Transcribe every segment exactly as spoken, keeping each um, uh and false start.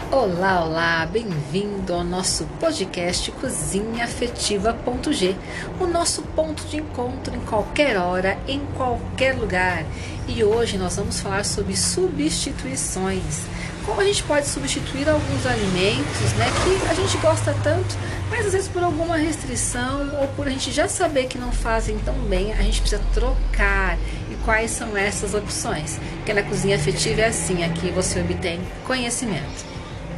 Olá, olá, bem-vindo ao nosso podcast Cozinha Afetiva ponto G, o nosso ponto de encontro em qualquer hora, em qualquer lugar. E hoje nós vamos falar sobre substituições. Como a gente pode substituir alguns alimentos, né, que a gente gosta tanto, mas às vezes por alguma restrição ou por a gente já saber que não fazem tão bem, a gente precisa trocar. E quais são essas opções? Porque na cozinha afetiva é assim, aqui você obtém conhecimento.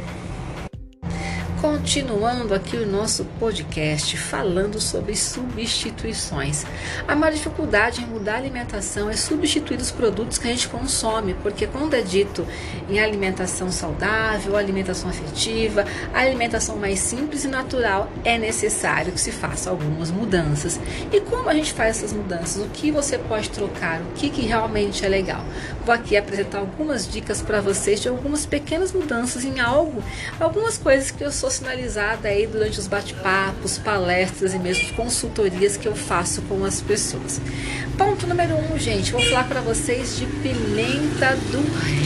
Continuando aqui o nosso podcast falando sobre substituições. A maior dificuldade em mudar a alimentação é substituir os produtos que a gente consome, porque quando é dito em alimentação saudável, alimentação afetiva, alimentação mais simples e natural, é necessário que se faça algumas mudanças. E como a gente faz essas mudanças? O que você pode trocar? O que, que realmente é legal? Vou aqui apresentar algumas dicas para vocês de algumas pequenas mudanças em algo, algumas coisas que eu sou sinalizada aí durante os bate-papos, palestras e mesmo consultorias que eu faço com as pessoas. Ponto número um, gente, vou falar para vocês de pimenta do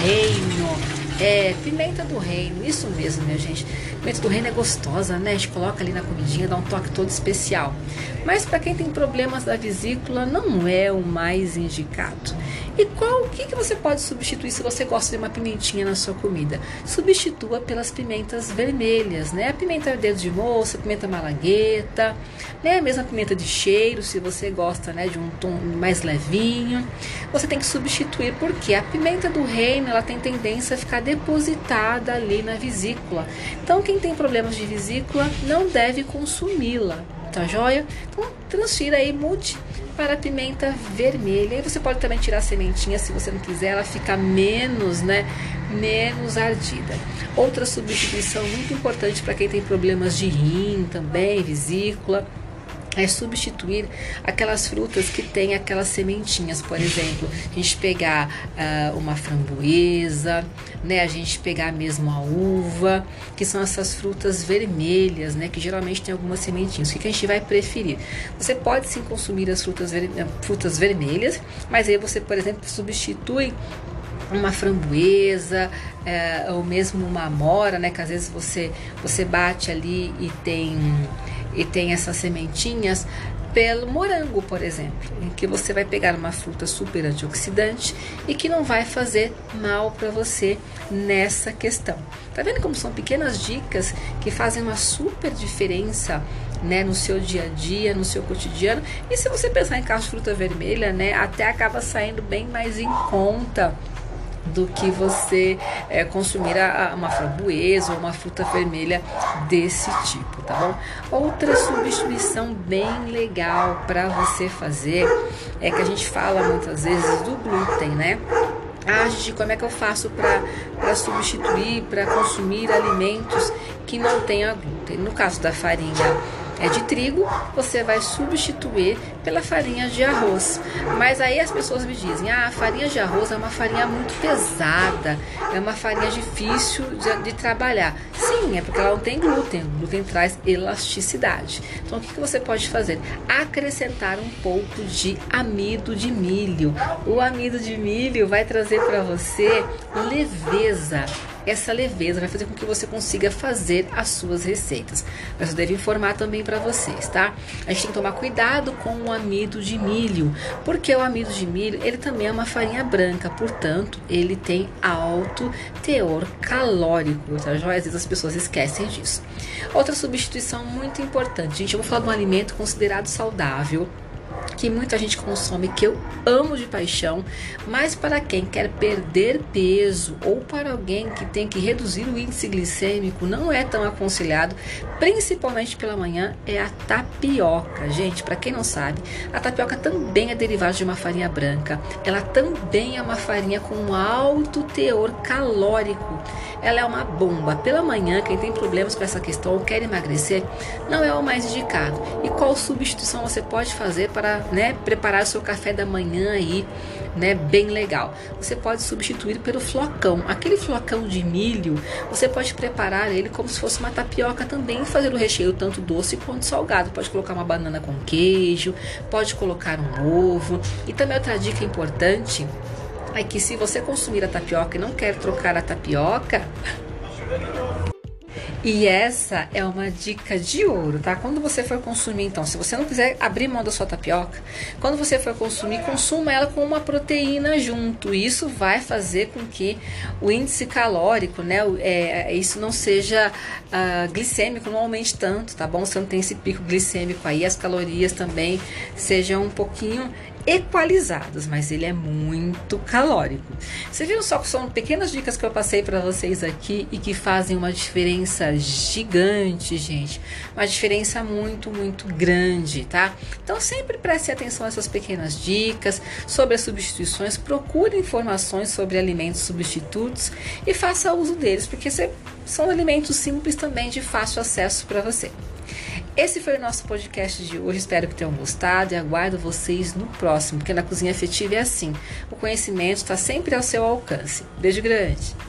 reino. É, pimenta do reino, isso mesmo, minha gente. Pimenta do reino é gostosa, né? A gente coloca ali na comidinha, dá um toque todo especial. Mas para quem tem problemas da vesícula, não é o mais indicado. E qual, o que, que você pode substituir se você gosta de uma pimentinha na sua comida? Substitua pelas pimentas vermelhas, né? A pimenta dedo de moça, pimenta malagueta, né? A mesma pimenta de cheiro, se você gosta, né, de um tom mais levinho. Você tem que substituir, porque a pimenta do reino, ela tem tendência a ficar depositada ali na vesícula. Então, quem tem problemas de vesícula não deve consumi-la, tá joia? Então, transfira aí, mude para a pimenta vermelha. E você pode também tirar a sementinha, se você não quiser, ela fica menos, né, menos ardida. Outra substituição muito importante para quem tem problemas de rim também, vesícula, é substituir aquelas frutas que têm aquelas sementinhas. Por exemplo, a gente pegar uh, uma framboesa, né? A gente pegar mesmo a uva, que são essas frutas vermelhas, né? Que geralmente tem algumas sementinhas. O que, que a gente vai preferir? Você pode sim consumir as frutas, ver... frutas vermelhas, mas aí você, por exemplo, substitui uma framboesa, é, ou mesmo uma amora, né? Que às vezes você, você bate ali e tem... e tem essas sementinhas, pelo morango, por exemplo, em que você vai pegar uma fruta super antioxidante e que não vai fazer mal para você nessa questão. Tá vendo como são pequenas dicas que fazem uma super diferença, né, no seu dia a dia, no seu cotidiano? E se você pensar em caso de fruta vermelha, né, até acaba saindo bem mais em conta do que você é, consumir a, a uma framboesa ou uma fruta vermelha desse tipo, tá bom? Outra substituição bem legal para você fazer é que a gente fala muitas vezes do glúten, né? Ah, Gigi, como é que eu faço para substituir, para consumir alimentos que não tenham glúten? No caso da farinha é de trigo, você vai substituir pela farinha de arroz. Mas aí as pessoas me dizem, ah, a farinha de arroz é uma farinha muito pesada, é uma farinha difícil de, de trabalhar. Sim, é porque ela não tem glúten, o glúten traz elasticidade. Então o que, que você pode fazer? Acrescentar um pouco de amido de milho. O amido de milho vai trazer para você leveza. Essa leveza vai fazer com que você consiga fazer as suas receitas. Mas eu devo informar também para vocês, tá? A gente tem que tomar cuidado com o amido de milho, porque o amido de milho, ele também é uma farinha branca, portanto, ele tem alto teor calórico, tá? Já às vezes as pessoas esquecem disso. Outra substituição muito importante, gente, eu vou falar de um alimento considerado saudável, que muita gente consome, que eu amo de paixão, mas para quem quer perder peso ou para alguém que tem que reduzir o índice glicêmico, não é tão aconselhado, principalmente pela manhã, é a tapioca. Gente, para quem não sabe, a tapioca também é derivada de uma farinha branca, ela também é uma farinha com alto teor calórico. Ela é uma bomba. Pela manhã, quem tem problemas com essa questão ou quer emagrecer, não é o mais indicado. E qual substituição você pode fazer para, né, preparar o seu café da manhã aí, né, bem legal? Você pode substituir pelo flocão. Aquele flocão de milho, você pode preparar ele como se fosse uma tapioca também e fazer o recheio tanto doce quanto salgado. Pode colocar uma banana com queijo, pode colocar um ovo. E também outra dica importante é que se você consumir a tapioca e não quer trocar a tapioca, E essa é uma dica de ouro, tá? Quando você for consumir, então, se você não quiser abrir mão da sua tapioca, quando você for consumir, consuma ela com uma proteína junto. Isso vai fazer com que o índice calórico, né, é, isso não seja uh, glicêmico, não aumente tanto, tá bom? Você não tem esse pico glicêmico aí, as calorias também sejam um pouquinho equalizados, mas ele é muito calórico. Vocês viram só que são pequenas dicas que eu passei para vocês aqui e que fazem uma diferença gigante, gente. Uma diferença muito, muito grande, tá? Então sempre preste atenção a essas pequenas dicas sobre as substituições, procure informações sobre alimentos substitutos e faça uso deles, porque são alimentos simples também de fácil acesso para você. Esse foi o nosso podcast de hoje, espero que tenham gostado e aguardo vocês no próximo, porque na Cozinha Afetiva é assim, o conhecimento está sempre ao seu alcance. Beijo grande!